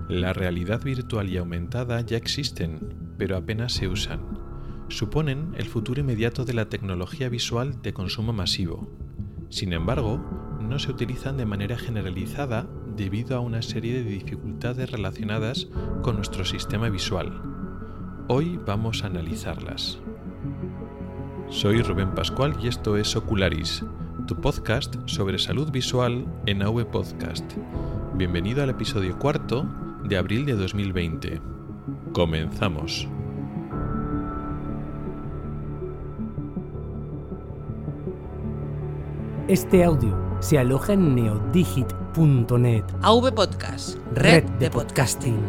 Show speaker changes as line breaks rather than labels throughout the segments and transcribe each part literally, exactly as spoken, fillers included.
La realidad virtual y aumentada ya existen, pero apenas se usan. Suponen el futuro inmediato de la tecnología visual de consumo masivo. Sin embargo, no se utilizan de manera generalizada debido a una serie de dificultades relacionadas con nuestro sistema visual. Hoy vamos a analizarlas. Soy Rubén Pascual y esto es Ocularis, tu podcast sobre salud visual en A V Podcast. Bienvenido al episodio cuarto de abril de dos mil veinte. Comenzamos.
Este audio se aloja en neodigit punto net.
A V Podcast,
Red
red
de
de podcasting.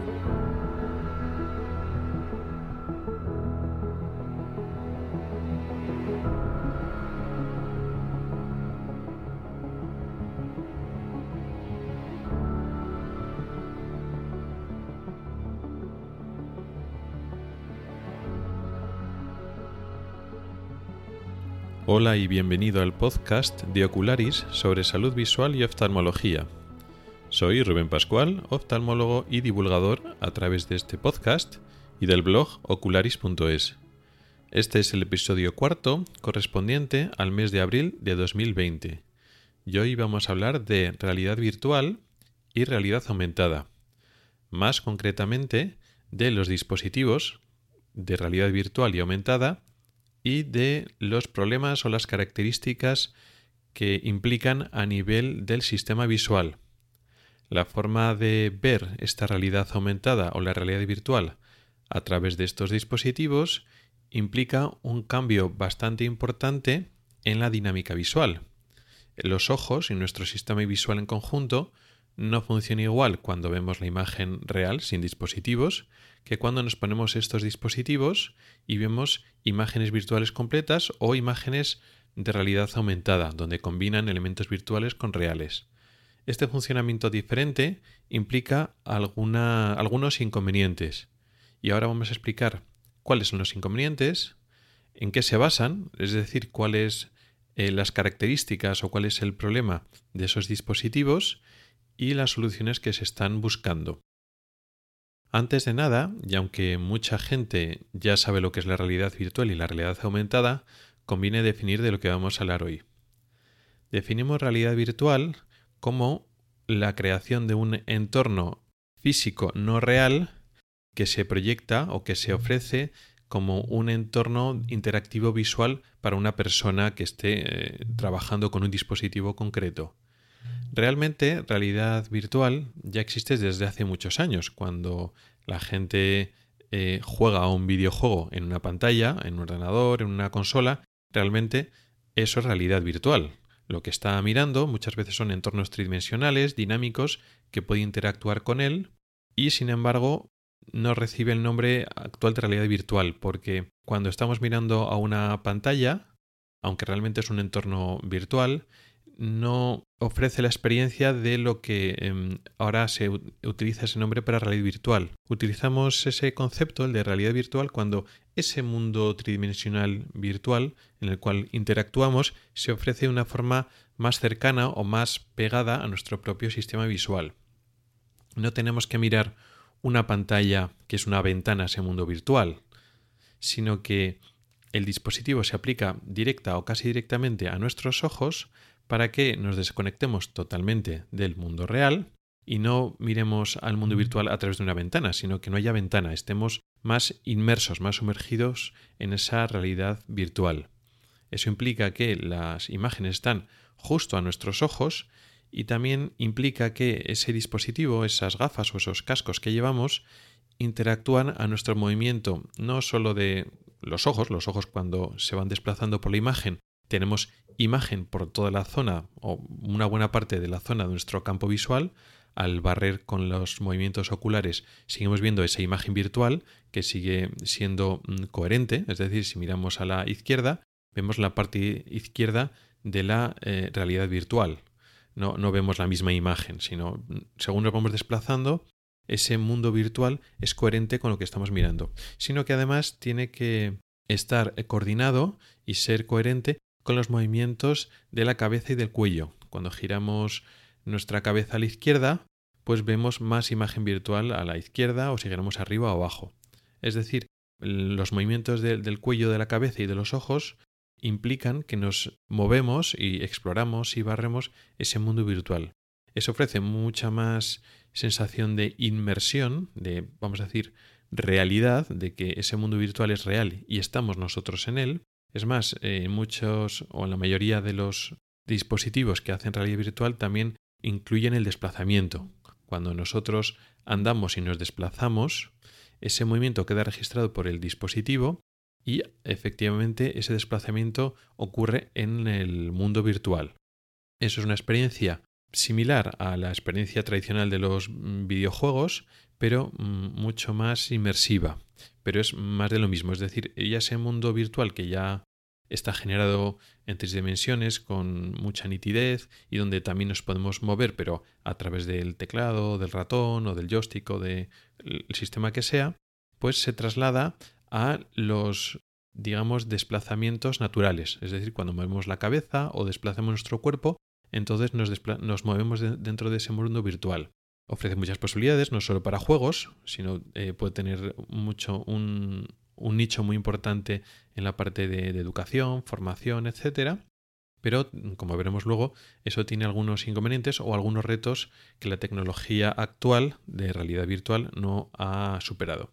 Hola y bienvenido al podcast de Ocularis sobre salud visual y oftalmología. Soy Rubén Pascual, oftalmólogo y divulgador a través de este podcast y del blog ocularis punto es. Este es el episodio cuarto correspondiente al mes de abril de dos mil veinte. Y hoy vamos a hablar de realidad virtual y realidad aumentada. Más concretamente de los dispositivos de realidad virtual y aumentada y de los problemas o las características que implican a nivel del sistema visual. La forma de ver esta realidad aumentada o la realidad virtual a través de estos dispositivos implica un cambio bastante importante en la dinámica visual. Los ojos y nuestro sistema visual en conjunto no funciona igual cuando vemos la imagen real sin dispositivos que cuando nos ponemos estos dispositivos y vemos imágenes virtuales completas o imágenes de realidad aumentada, donde combinan elementos virtuales con reales. Este funcionamiento diferente implica alguna, algunos inconvenientes. Y ahora vamos a explicar cuáles son los inconvenientes, en qué se basan, es decir, cuáles eh, las características o cuál es el problema de esos dispositivos y las soluciones que se están buscando. Antes de nada, y aunque mucha gente ya sabe lo que es la realidad virtual y la realidad aumentada, conviene definir de lo que vamos a hablar hoy. Definimos realidad virtual como la creación de un entorno físico no real que se proyecta o que se ofrece como un entorno interactivo visual para una persona que esté eh, trabajando con un dispositivo concreto. Realmente, realidad virtual ya existe desde hace muchos años, cuando la gente eh, juega a un videojuego en una pantalla, en un ordenador, en una consola. Realmente eso es realidad virtual. Lo que está mirando muchas veces son entornos tridimensionales, dinámicos, que puede interactuar con él y, sin embargo, no recibe el nombre actual de realidad virtual, porque cuando estamos mirando a una pantalla, aunque realmente es un entorno virtual, no ofrece la experiencia de lo que eh, ahora se u- utiliza ese nombre para realidad virtual. Utilizamos ese concepto, el de realidad virtual, cuando ese mundo tridimensional virtual en el cual interactuamos se ofrece de una forma más cercana o más pegada a nuestro propio sistema visual. No tenemos que mirar una pantalla que es una ventana a ese mundo virtual, sino que el dispositivo se aplica directa o casi directamente a nuestros ojos para que nos desconectemos totalmente del mundo real y no miremos al mundo virtual a través de una ventana, sino que no haya ventana, estemos más inmersos, más sumergidos en esa realidad virtual. Eso implica que las imágenes están justo a nuestros ojos y también implica que ese dispositivo, esas gafas o esos cascos que llevamos, interactúan a nuestro movimiento, no solo de los ojos, los ojos cuando se van desplazando por la imagen, tenemos imagen por toda la zona o una buena parte de la zona de nuestro campo visual. Al barrer con los movimientos oculares seguimos viendo esa imagen virtual que sigue siendo coherente, es decir, si miramos a la izquierda vemos la parte izquierda de la eh, realidad virtual. No, no vemos la misma imagen, sino según nos vamos desplazando, ese mundo virtual es coherente con lo que estamos mirando, sino que además tiene que estar coordinado y ser coherente con los movimientos de la cabeza y del cuello. Cuando giramos nuestra cabeza a la izquierda, pues vemos más imagen virtual a la izquierda o si queremos arriba o abajo. Es decir, los movimientos de, del cuello, de la cabeza y de los ojos implican que nos movemos y exploramos y barremos ese mundo virtual. Eso ofrece mucha más sensación de inmersión, de, vamos a decir, realidad, de que ese mundo virtual es real y estamos nosotros en él. Es más, en eh, muchos o en la mayoría de los dispositivos que hacen realidad virtual también incluyen el desplazamiento. Cuando nosotros andamos y nos desplazamos, ese movimiento queda registrado por el dispositivo y efectivamente ese desplazamiento ocurre en el mundo virtual. Eso es una experiencia similar a la experiencia tradicional de los videojuegos, pero mucho más inmersiva. Pero es más de lo mismo, es decir, ya ese mundo virtual que ya está generado en tres dimensiones con mucha nitidez y donde también nos podemos mover, pero a través del teclado, del ratón o del joystick o del sistema que sea, pues se traslada a los, digamos, desplazamientos naturales. Es decir, cuando movemos la cabeza o desplazamos nuestro cuerpo, entonces nos, despla- nos movemos de- dentro de ese mundo virtual. Ofrece muchas posibilidades, no solo para juegos, sino eh, puede tener mucho un, un nicho muy importante en la parte de, de educación, formación, etcétera. Pero, como veremos luego, eso tiene algunos inconvenientes o algunos retos que la tecnología actual de realidad virtual no ha superado.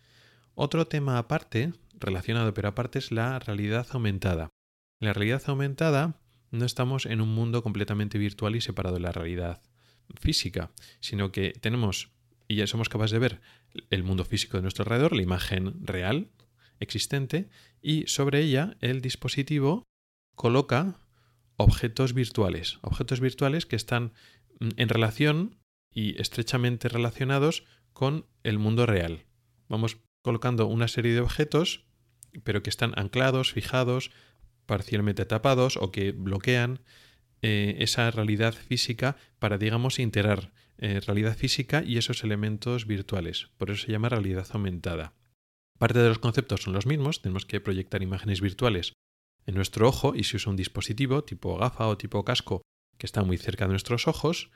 Otro tema aparte, relacionado pero aparte, es la realidad aumentada. En la realidad aumentada no estamos en un mundo completamente virtual y separado de la realidad física, sino que tenemos y ya somos capaces de ver el mundo físico de nuestro alrededor, la imagen real existente, y sobre ella el dispositivo coloca objetos virtuales, objetos virtuales que están en relación y estrechamente relacionados con el mundo real. Vamos colocando una serie de objetos, pero que están anclados, fijados, parcialmente tapados o que bloquean eh, esa realidad física para, digamos, integrar eh, realidad física y esos elementos virtuales. Por eso se llama realidad aumentada. Parte de los conceptos son los mismos, tenemos que proyectar imágenes virtuales en nuestro ojo y se usa un dispositivo tipo gafa o tipo casco que está muy cerca de nuestros ojos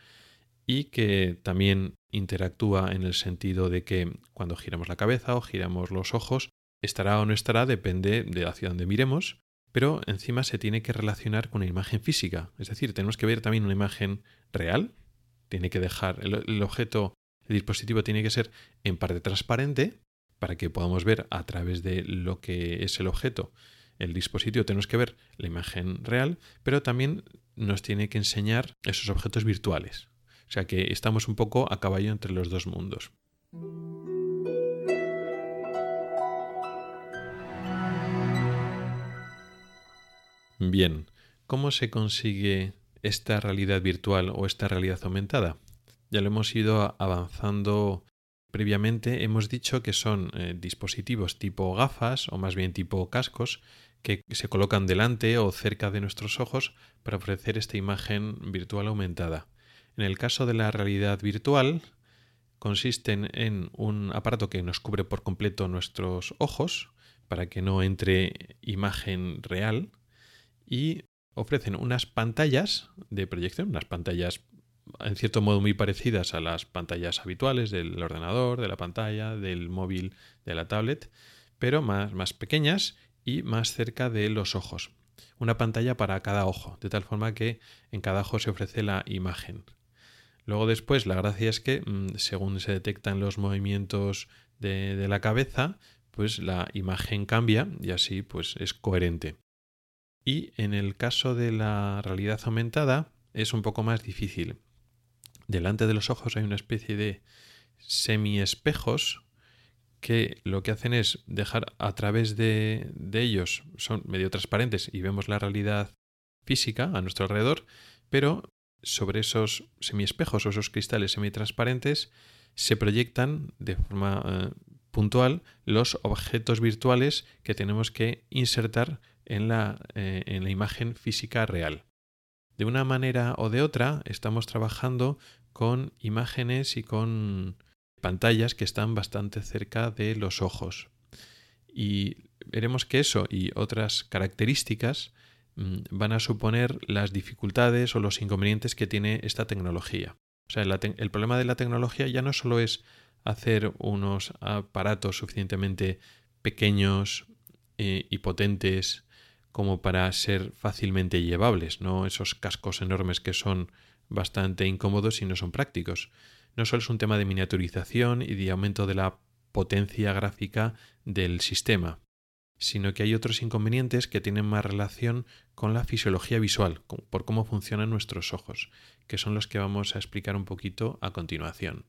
y que también interactúa en el sentido de que cuando giramos la cabeza o giramos los ojos, estará o no estará, depende de hacia dónde miremos, pero encima se tiene que relacionar con una imagen física. Es decir, tenemos que ver también una imagen real, tiene que dejar el, el objeto, el dispositivo tiene que ser en parte transparente para que podamos ver a través de lo que es el objeto, el dispositivo, tenemos que ver la imagen real, pero también nos tiene que enseñar esos objetos virtuales. O sea que estamos un poco a caballo entre los dos mundos. Bien, ¿cómo se consigue esta realidad virtual o esta realidad aumentada? Ya lo hemos ido avanzando previamente. Hemos dicho que son eh, dispositivos tipo gafas o más bien tipo cascos que se colocan delante o cerca de nuestros ojos para ofrecer esta imagen virtual aumentada. En el caso de la realidad virtual, consisten en un aparato que nos cubre por completo nuestros ojos para que no entre imagen real y ofrecen unas pantallas de proyección, unas pantallas en cierto modo muy parecidas a las pantallas habituales del ordenador, de la pantalla, del móvil, de la tablet, pero más, más pequeñas y más cerca de los ojos. Una pantalla para cada ojo, de tal forma que en cada ojo se ofrece la imagen. Luego después la gracia es que según se detectan los movimientos de, de la cabeza, pues la imagen cambia y así pues es coherente. Y en el caso de la realidad aumentada es un poco más difícil. Delante de los ojos hay una especie de semiespejos que lo que hacen es dejar a través de, de ellos, son medio transparentes y vemos la realidad física a nuestro alrededor, pero sobre esos semiespejos o esos cristales semitransparentes se proyectan de forma eh, puntual los objetos virtuales que tenemos que insertar en la, eh, en la imagen física real. De una manera o de otra estamos trabajando con imágenes y con pantallas que están bastante cerca de los ojos. Y veremos que eso y otras características mmm, van a suponer las dificultades o los inconvenientes que tiene esta tecnología. O sea, la te- el problema de la tecnología ya no solo es hacer unos aparatos suficientemente pequeños eh, y potentes como para ser fácilmente llevables, no esos cascos enormes que son bastante incómodos y no son prácticos. No solo es un tema de miniaturización y de aumento de la potencia gráfica del sistema, sino que hay otros inconvenientes que tienen más relación con la fisiología visual, por cómo funcionan nuestros ojos, que son los que vamos a explicar un poquito a continuación.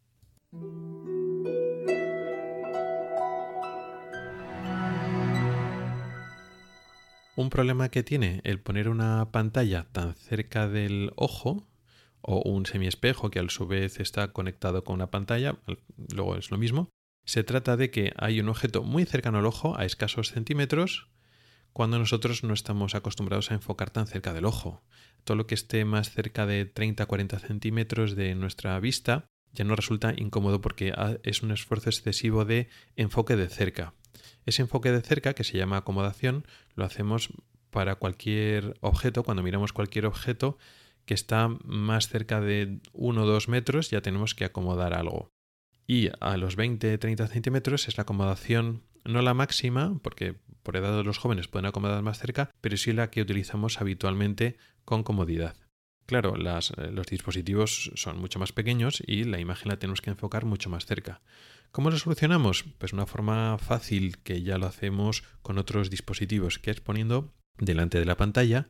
Un problema que tiene el poner una pantalla tan cerca del ojo o un semiespejo que a su vez está conectado con una pantalla, luego es lo mismo, se trata de que hay un objeto muy cercano al ojo, a escasos centímetros, cuando nosotros no estamos acostumbrados a enfocar tan cerca del ojo. Todo lo que esté más cerca de treinta a cuarenta centímetros de nuestra vista ya nos resulta incómodo porque es un esfuerzo excesivo de enfoque de cerca. Ese enfoque de cerca, que se llama acomodación, lo hacemos para cualquier objeto. Cuando miramos cualquier objeto que está más cerca de uno o dos metros, ya tenemos que acomodar algo. Y a los veinte a treinta centímetros es la acomodación, no la máxima, porque por edad los jóvenes pueden acomodar más cerca, pero sí la que utilizamos habitualmente con comodidad. Claro, las, los dispositivos son mucho más pequeños y la imagen la tenemos que enfocar mucho más cerca. ¿Cómo lo solucionamos? Pues una forma fácil, que ya lo hacemos con otros dispositivos, que es poniendo delante de la pantalla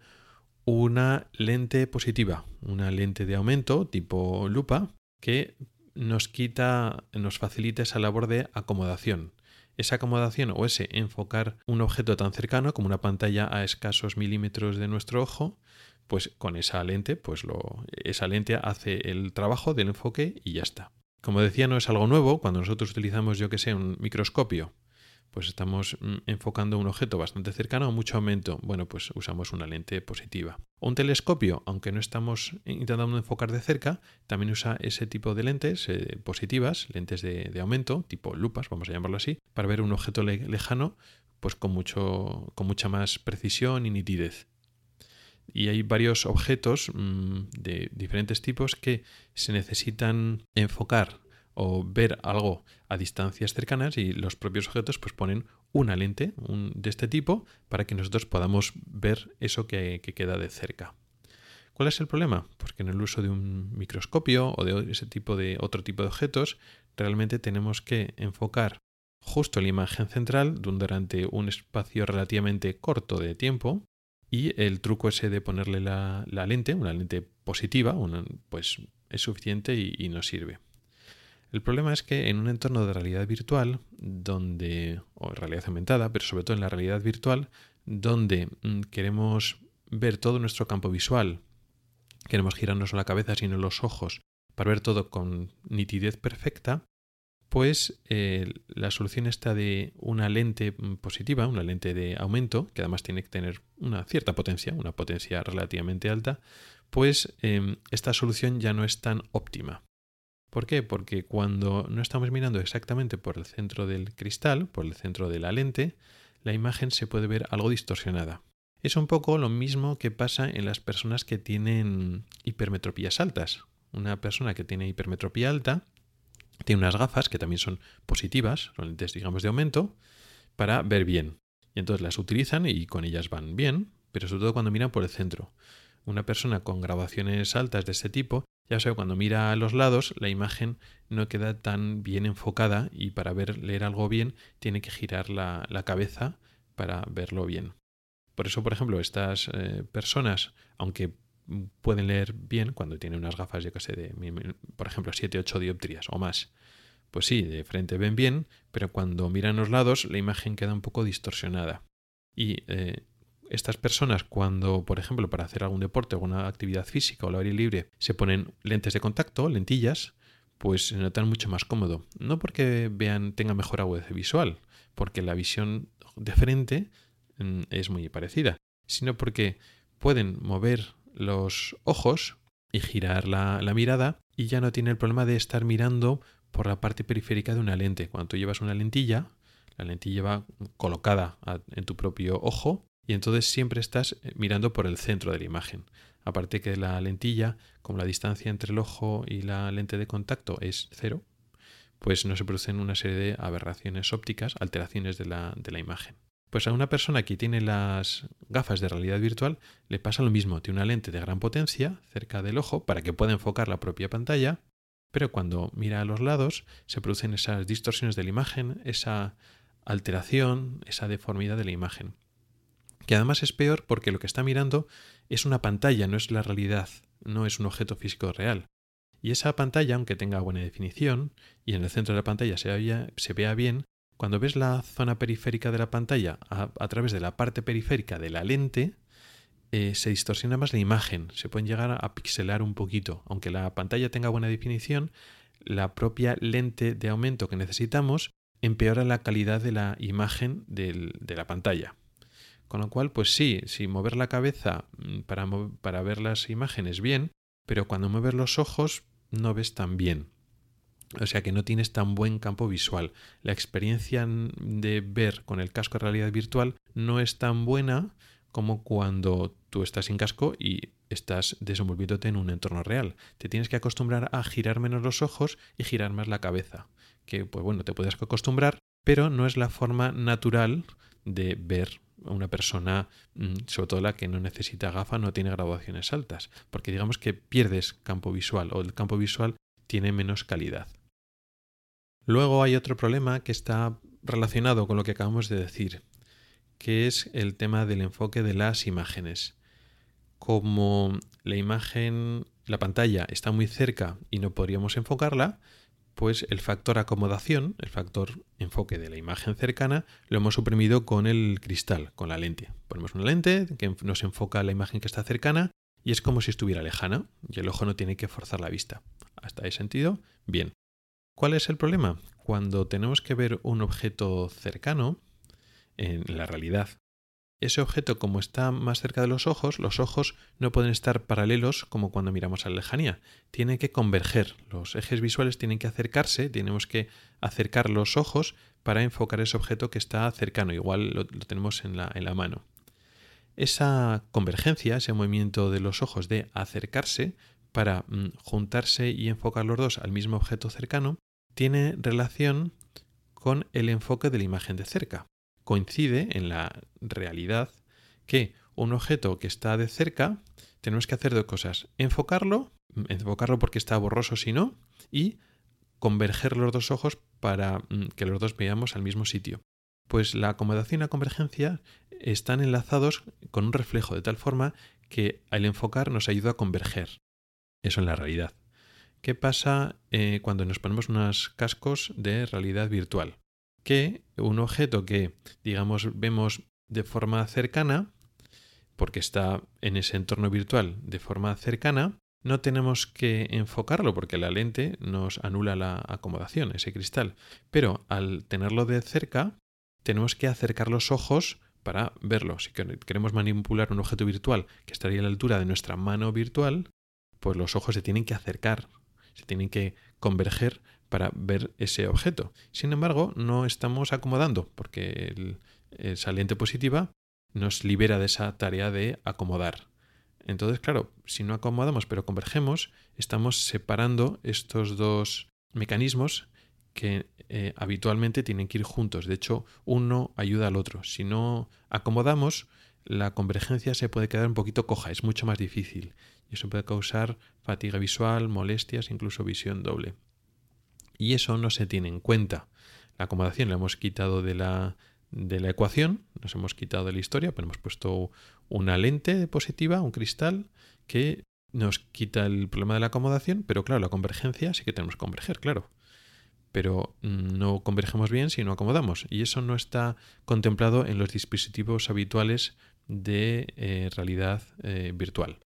una lente positiva, una lente de aumento tipo lupa, que nos quita, nos facilita esa labor de acomodación. Esa acomodación o ese enfocar un objeto tan cercano como una pantalla a escasos milímetros de nuestro ojo, pues con esa lente, pues lo, esa lente hace el trabajo del enfoque y ya está. Como decía, no es algo nuevo. Cuando nosotros utilizamos, yo que sé, un microscopio, pues estamos enfocando un objeto bastante cercano a mucho aumento. Bueno, pues usamos una lente positiva. Un telescopio, aunque no estamos intentando enfocar de cerca, también usa ese tipo de lentes eh, positivas, lentes de, de aumento, tipo lupas, vamos a llamarlo así, para ver un objeto le- lejano, pues con, mucho, con mucha más precisión y nitidez. Y hay varios objetos mmm, de diferentes tipos que se necesitan enfocar o ver algo a distancias cercanas, y los propios objetos pues ponen una lente un, de este tipo para que nosotros podamos ver eso que, que queda de cerca. ¿Cuál es el problema? Pues que en el uso de un microscopio o de ese tipo de otro tipo de objetos realmente tenemos que enfocar justo la imagen central durante un espacio relativamente corto de tiempo. Y el truco ese de ponerle la, la lente, una lente positiva, una, pues es suficiente y, y nos sirve. El problema es que en un entorno de realidad virtual, donde, o realidad aumentada, pero sobre todo en la realidad virtual, donde mm, queremos ver todo nuestro campo visual, queremos girarnos la cabeza sino los ojos para ver todo con nitidez perfecta, pues eh, la solución está de una lente positiva, una lente de aumento, que además tiene que tener una cierta potencia, una potencia relativamente alta, pues eh, esta solución ya no es tan óptima. ¿Por qué? Porque cuando no estamos mirando exactamente por el centro del cristal, por el centro de la lente, la imagen se puede ver algo distorsionada. Es un poco lo mismo que pasa en las personas que tienen hipermetropías altas. Una persona que tiene hipermetropía alta tiene unas gafas que también son positivas, son lentes, digamos, de aumento, para ver bien. Y entonces las utilizan y con ellas van bien, pero sobre todo cuando miran por el centro. Una persona con graduaciones altas de este tipo, ya sabe, cuando mira a los lados, la imagen no queda tan bien enfocada y para ver, leer algo bien, tiene que girar la, la cabeza para verlo bien. Por eso, por ejemplo, estas eh, personas, aunque pueden leer bien cuando tienen unas gafas, yo que sé, de, por ejemplo, siete ocho dioptrías o más, pues sí, de frente ven bien, pero cuando miran los lados la imagen queda un poco distorsionada. Y eh, estas personas, cuando, por ejemplo, para hacer algún deporte o alguna actividad física o al aire libre, se ponen lentes de contacto, lentillas, pues se notan mucho más cómodo. No porque vean, tengan mejor agudeza visual, porque la visión de frente mm, es muy parecida, sino porque pueden mover los ojos y girar la, la mirada y ya no tiene el problema de estar mirando por la parte periférica de una lente. Cuando tú llevas una lentilla, la lentilla va colocada a, en tu propio ojo y entonces siempre estás mirando por el centro de la imagen. Aparte que la lentilla, como la distancia entre el ojo y la lente de contacto es cero, pues no se producen una serie de aberraciones ópticas, alteraciones de la, de la imagen. Pues a una persona que tiene las gafas de realidad virtual le pasa lo mismo. Tiene una lente de gran potencia cerca del ojo para que pueda enfocar la propia pantalla, pero cuando mira a los lados se producen esas distorsiones de la imagen, esa alteración, esa deformidad de la imagen. Que además es peor porque lo que está mirando es una pantalla, no es la realidad, no es un objeto físico real. Y esa pantalla, aunque tenga buena definición y en el centro de la pantalla se vea, se vea bien, cuando ves la zona periférica de la pantalla a, a través de la parte periférica de la lente, eh, se distorsiona más la imagen, se pueden llegar a pixelar un poquito. Aunque la pantalla tenga buena definición, la propia lente de aumento que necesitamos empeora la calidad de la imagen del, de la pantalla. Con lo cual, pues sí, si mover la cabeza para, para ver las imágenes bien, pero cuando mueves los ojos no ves tan bien. O sea que no tienes tan buen campo visual. La experiencia de ver con el casco de realidad virtual no es tan buena como cuando tú estás sin casco y estás desenvolviéndote en un entorno real. Te tienes que acostumbrar a girar menos los ojos y girar más la cabeza. Que, pues bueno, te puedes acostumbrar, pero no es la forma natural de ver a una persona, sobre todo la que no necesita gafa, no tiene graduaciones altas, porque digamos que pierdes campo visual o el campo visual tiene menos calidad. Luego hay otro problema que está relacionado con lo que acabamos de decir, que es el tema del enfoque de las imágenes. Como la imagen, la pantalla está muy cerca y no podríamos enfocarla, pues el factor acomodación, el factor enfoque de la imagen cercana, lo hemos suprimido con el cristal, con la lente. Ponemos una lente que nos enfoca la imagen que está cercana y es como si estuviera lejana y el ojo no tiene que forzar la vista. ¿Hasta ese sentido? Bien. ¿Cuál es el problema? Cuando tenemos que ver un objeto cercano, en la realidad, ese objeto, como está más cerca de los ojos, los ojos no pueden estar paralelos como cuando miramos a la lejanía. Tienen que converger. Los ejes visuales tienen que acercarse, tenemos que acercar los ojos para enfocar ese objeto que está cercano. Igual lo, lo tenemos en la, en la mano. Esa convergencia, ese movimiento de los ojos de acercarse para mm, juntarse y enfocar los dos al mismo objeto cercano, tiene relación con el enfoque de la imagen de cerca. Coincide en la realidad que un objeto que está de cerca tenemos que hacer dos cosas: enfocarlo, enfocarlo porque está borroso si no, y converger los dos ojos para que los dos veamos al mismo sitio. Pues la acomodación y la convergencia están enlazados con un reflejo, de tal forma que al enfocar nos ayuda a converger. Eso en la realidad. ¿Qué pasa eh, cuando nos ponemos unos cascos de realidad virtual? Que un objeto que, digamos, vemos de forma cercana, porque está en ese entorno virtual de forma cercana, no tenemos que enfocarlo porque la lente nos anula la acomodación, ese cristal. Pero al tenerlo de cerca, tenemos que acercar los ojos para verlo. Si queremos manipular un objeto virtual que estaría a la altura de nuestra mano virtual, pues los ojos se tienen que acercar, se tienen que converger para ver ese objeto. Sin embargo, no estamos acomodando porque el, esa lente positiva nos libera de esa tarea de acomodar. Entonces, claro, si no acomodamos pero convergemos, estamos separando estos dos mecanismos que eh, habitualmente tienen que ir juntos. De hecho, uno ayuda al otro. Si no acomodamos, la convergencia se puede quedar un poquito coja, es mucho más difícil. Y eso puede causar fatiga visual, molestias, incluso visión doble. Y eso no se tiene en cuenta. La acomodación la hemos quitado de la, de la ecuación, nos hemos quitado de la historia, pero hemos puesto una lente positiva, un cristal, que nos quita el problema de la acomodación, pero claro, la convergencia sí que tenemos que converger, claro. Pero no convergemos bien si no acomodamos. Y eso no está contemplado en los dispositivos habituales de eh, realidad eh, virtual.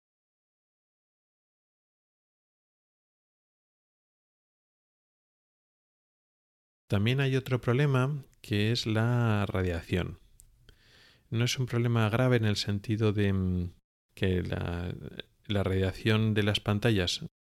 También hay otro problema que es la radiación. No es un problema grave en el sentido de que la, la radiación de las pantallas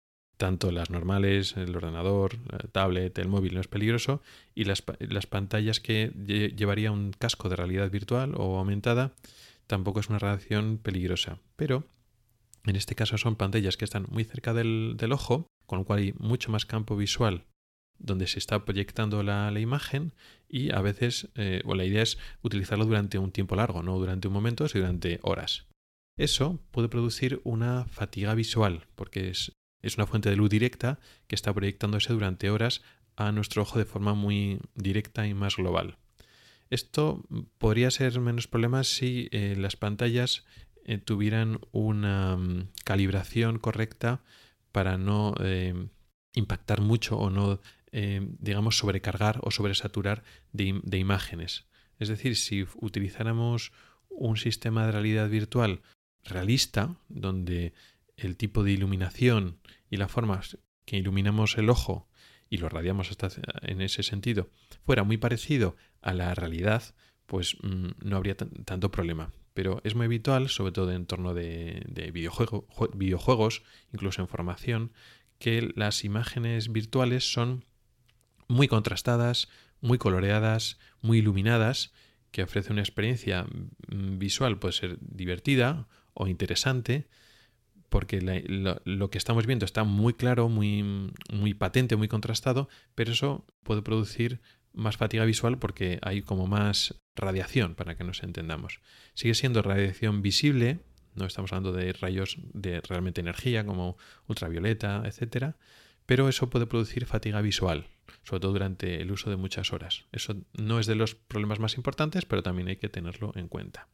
tanto las normales, el ordenador, el tablet, el móvil no es peligroso, y las, las pantallas que lle- llevaría un casco de realidad virtual o aumentada tampoco es una radiación peligrosa. Pero en este caso son pantallas que están muy cerca del, del ojo, con lo cual hay mucho más campo visual donde se está proyectando la, la imagen, y a veces eh, o la idea es utilizarlo durante un tiempo largo, no durante un momento, sino durante horas. Eso puede producir una fatiga visual, porque es, es una fuente de luz directa que está proyectándose durante horas a nuestro ojo de forma muy directa y más global. Esto podría ser menos problema si eh, las pantallas eh, tuvieran una um, calibración correcta para no eh, impactar mucho o no, eh, digamos, sobrecargar o sobresaturar de, de imágenes. Es decir, si utilizáramos un sistema de realidad virtual realista, donde el tipo de iluminación y la forma que iluminamos el ojo y lo radiamos hasta en ese sentido fuera muy parecido a la realidad, pues mmm, no habría t- tanto problema. Pero es muy habitual, sobre todo en torno de, de videojuego, jue- videojuegos, incluso en formación, que las imágenes virtuales son muy contrastadas, muy coloreadas, muy iluminadas, que ofrece una experiencia mmm, visual, puede ser divertida o interesante, porque la, lo, lo que estamos viendo está muy claro, muy, muy patente, muy contrastado, pero eso puede producir más fatiga visual porque hay como más radiación, para que nos entendamos. Sigue siendo radiación visible, no estamos hablando de rayos de realmente energía como ultravioleta, etcétera, pero eso puede producir fatiga visual, sobre todo durante el uso de muchas horas. Eso no es de los problemas más importantes, pero también hay que tenerlo en cuenta.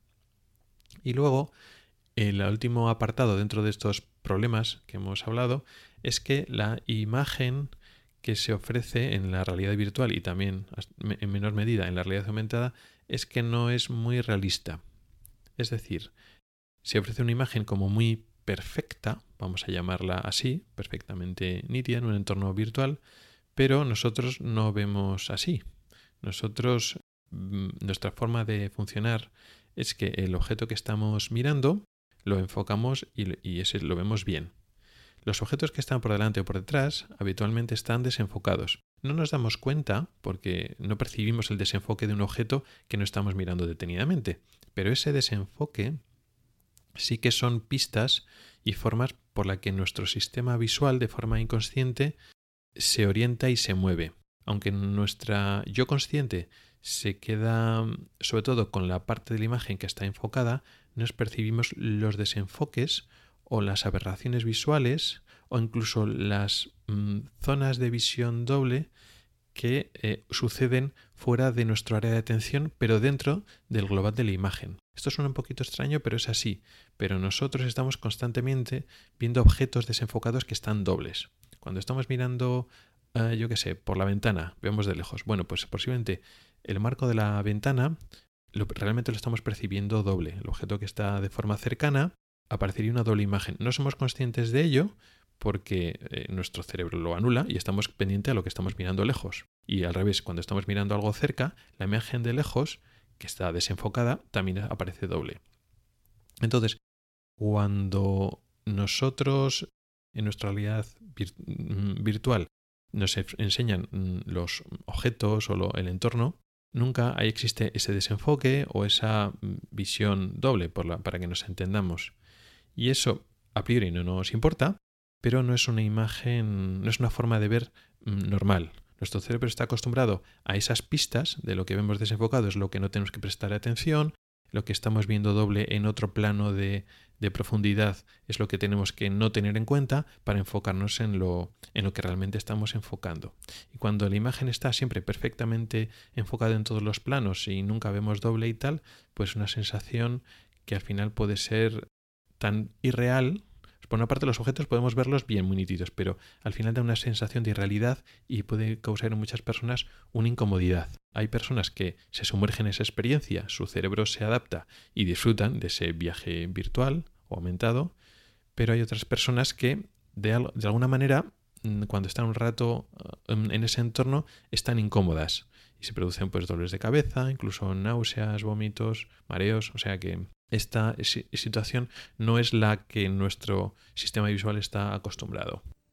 Y luego, el último apartado dentro de estos problemas que hemos hablado es que la imagen que se ofrece en la realidad virtual y también en menor medida en la realidad aumentada es que no es muy realista. Es decir, se ofrece una imagen como muy perfecta, vamos a llamarla así, perfectamente nítida en un entorno virtual, pero nosotros no vemos así. Nosotros, nuestra forma de funcionar es que el objeto que estamos mirando lo enfocamos y, y ese lo vemos bien. Los objetos que están por delante o por detrás habitualmente están desenfocados. No nos damos cuenta porque no percibimos el desenfoque de un objeto que no estamos mirando detenidamente, pero ese desenfoque sí que son pistas y formas por las que nuestro sistema visual de forma inconsciente se orienta y se mueve. Aunque nuestra yo consciente se queda sobre todo con la parte de la imagen que está enfocada, nos percibimos los desenfoques o las aberraciones visuales o incluso las mmm, zonas de visión doble que eh, suceden fuera de nuestro área de atención, pero dentro del global de la imagen. Esto suena un poquito extraño, pero es así. Pero nosotros estamos constantemente viendo objetos desenfocados que están dobles. Cuando estamos mirando, uh, yo qué sé, por la ventana, vemos de lejos. Bueno, pues posiblemente el marco de la ventana lo, realmente lo estamos percibiendo doble. El objeto que está de forma cercana aparecería una doble imagen. No somos conscientes de ello porque eh, nuestro cerebro lo anula y estamos pendientes a lo que estamos mirando lejos. Y al revés, cuando estamos mirando algo cerca, la imagen de lejos, que está desenfocada, también aparece doble. Entonces, cuando nosotros en nuestra realidad vir- virtual nos enseñan los objetos o lo, el entorno, nunca ahí existe ese desenfoque o esa visión doble por la, para que nos entendamos. Y eso a priori no nos importa, pero no es una imagen, no es una forma de ver mmm, normal. Nuestro cerebro está acostumbrado a esas pistas de lo que vemos desenfocado, es lo que no tenemos que prestar atención, lo que estamos viendo doble en otro plano de, de profundidad es lo que tenemos que no tener en cuenta para enfocarnos en lo, en lo que realmente estamos enfocando. Y cuando la imagen está siempre perfectamente enfocada en todos los planos y nunca vemos doble y tal, pues una sensación que al final puede ser tan irreal. Por una parte, los objetos podemos verlos bien, muy nítidos, pero al final da una sensación de irrealidad y puede causar en muchas personas una incomodidad. Hay personas que se sumergen en esa experiencia, su cerebro se adapta y disfrutan de ese viaje virtual o aumentado, pero hay otras personas que de, al- de alguna manera, cuando están un rato en ese entorno, están incómodas y se producen pues dolores de cabeza, incluso náuseas, vómitos, mareos, o sea que esta situación no es la que nuestro sistema visual está acostumbrado.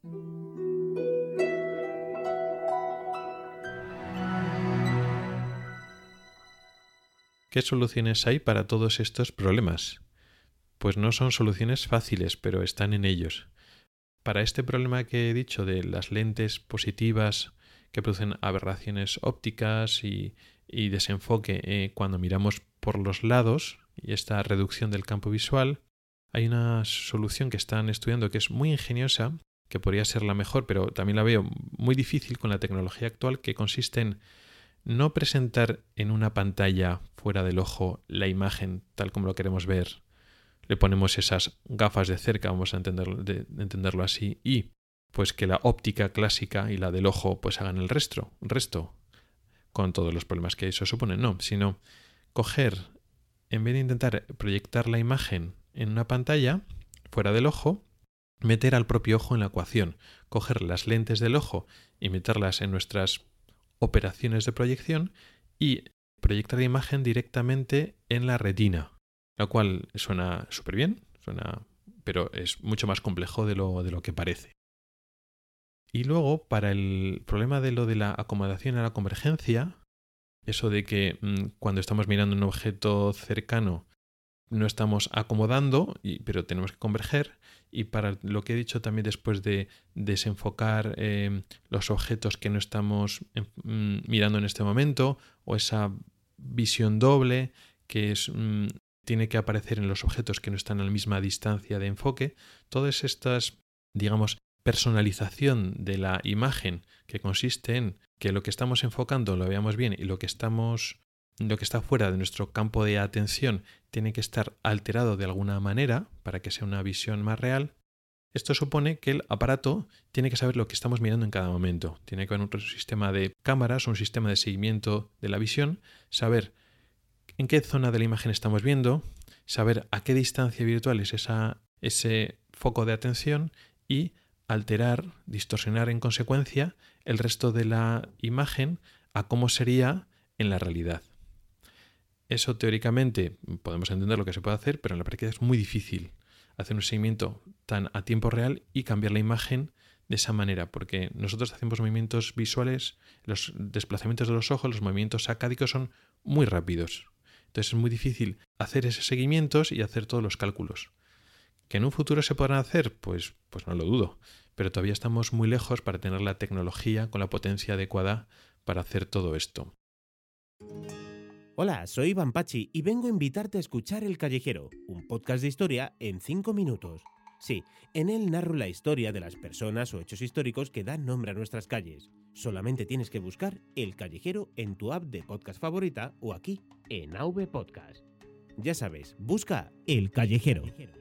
¿Qué soluciones hay para todos estos problemas? Pues no son soluciones fáciles, pero están en ellos. Para este problema que he dicho de las lentes positivas que producen aberraciones ópticas y, y desenfoque eh, cuando miramos por los lados y esta reducción del campo visual, hay una solución que están estudiando que es muy ingeniosa, que podría ser la mejor, pero también la veo muy difícil con la tecnología actual, que consiste en no presentar en una pantalla fuera del ojo la imagen tal como lo queremos ver. Le ponemos esas gafas de cerca, vamos a entenderlo, de, de entenderlo así, y pues que la óptica clásica y la del ojo pues hagan el resto, resto con todos los problemas que eso supone. No, sino coger, en vez de intentar proyectar la imagen en una pantalla fuera del ojo, meter al propio ojo en la ecuación, coger las lentes del ojo y meterlas en nuestras operaciones de proyección y proyectar la imagen directamente en la retina, lo cual suena súper bien, suena, pero es mucho más complejo de lo, de lo que parece. Y luego, para el problema de lo de la acomodación a la convergencia, eso de que mmm, cuando estamos mirando un objeto cercano no estamos acomodando, y, pero tenemos que converger. Y para lo que he dicho también después de desenfocar eh, los objetos que no estamos eh, mirando en este momento, o esa visión doble que es, mm, tiene que aparecer en los objetos que no están a la misma distancia de enfoque, todas estas, digamos, personalización de la imagen que consiste en que lo que estamos enfocando lo veamos bien y lo que estamos lo que está fuera de nuestro campo de atención tiene que estar alterado de alguna manera para que sea una visión más real. Esto supone que el aparato tiene que saber lo que estamos mirando en cada momento. Tiene que haber un sistema de cámaras, un sistema de seguimiento de la visión, saber en qué zona de la imagen estamos viendo, saber a qué distancia virtual es esa, ese foco de atención y alterar, distorsionar en consecuencia el resto de la imagen a cómo sería en la realidad. Eso teóricamente podemos entender lo que se puede hacer, pero en la práctica es muy difícil hacer un seguimiento tan a tiempo real y cambiar la imagen de esa manera, porque nosotros hacemos movimientos visuales, los desplazamientos de los ojos, los movimientos sacádicos son muy rápidos. Entonces es muy difícil hacer esos seguimientos y hacer todos los cálculos. ¿Que en un futuro se podrán hacer? Pues, pues no lo dudo, pero todavía estamos muy lejos para tener la tecnología con la potencia adecuada para hacer todo esto.
Hola, soy Iván Pachi y vengo a invitarte a escuchar El Callejero, un podcast de historia en cinco minutos. Sí, en él narro la historia de las personas o hechos históricos que dan nombre a nuestras calles. Solamente tienes que buscar El Callejero en tu app de podcast favorita o aquí, en A V Podcast. Ya sabes, busca El Callejero.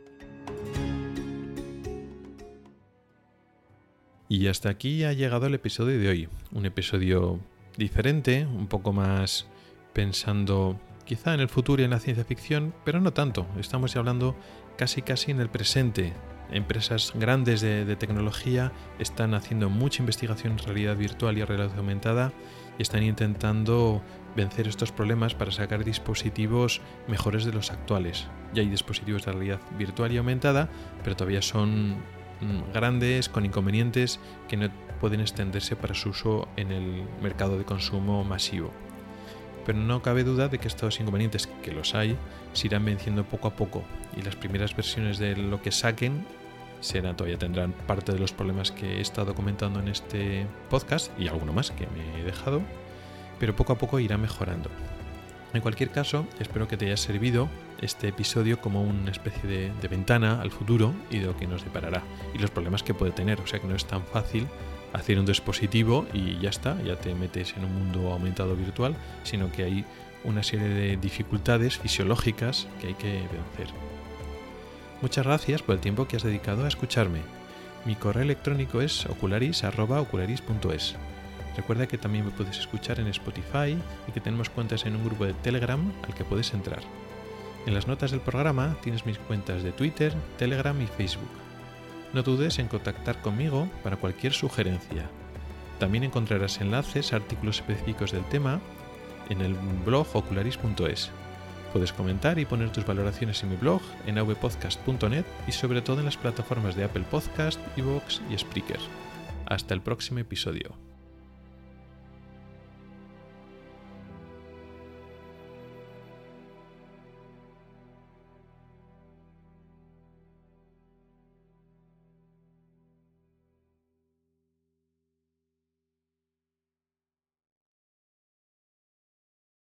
Y hasta aquí ha llegado el episodio de hoy. Un episodio diferente, un poco más pensando quizá en el futuro y en la ciencia ficción, pero no tanto. Estamos hablando casi casi en el presente. Empresas grandes de, de tecnología están haciendo mucha investigación en realidad virtual y realidad aumentada y están intentando vencer estos problemas para sacar dispositivos mejores de los actuales. Ya hay dispositivos de realidad virtual y aumentada, pero todavía son mm, grandes, con inconvenientes que no pueden extenderse para su uso en el mercado de consumo masivo. Pero no cabe duda de que estos inconvenientes, que los hay, se irán venciendo poco a poco y las primeras versiones de lo que saquen serán, todavía tendrán parte de los problemas que he estado comentando en este podcast y alguno más que me he dejado, pero poco a poco irá mejorando. En cualquier caso, espero que te haya servido este episodio como una especie de, de ventana al futuro y de lo que nos deparará y los problemas que puede tener, o sea que no es tan fácil hacer un dispositivo y ya está, ya te metes en un mundo aumentado virtual, sino que hay una serie de dificultades fisiológicas que hay que vencer. Muchas gracias por el tiempo que has dedicado a escucharme. Mi correo electrónico es ocularis arroba ocularis punto es. Recuerda que también me puedes escuchar en Spotify y que tenemos cuentas en un grupo de Telegram al que puedes entrar. En las notas del programa tienes mis cuentas de Twitter, Telegram y Facebook. No dudes en contactar conmigo para cualquier sugerencia. También encontrarás enlaces a artículos específicos del tema en el blog ocularis punto es. Puedes comentar y poner tus valoraciones en mi blog, en avpodcast punto net y sobre todo en las plataformas de Apple Podcast, iVoox y Spreaker. Hasta el próximo episodio.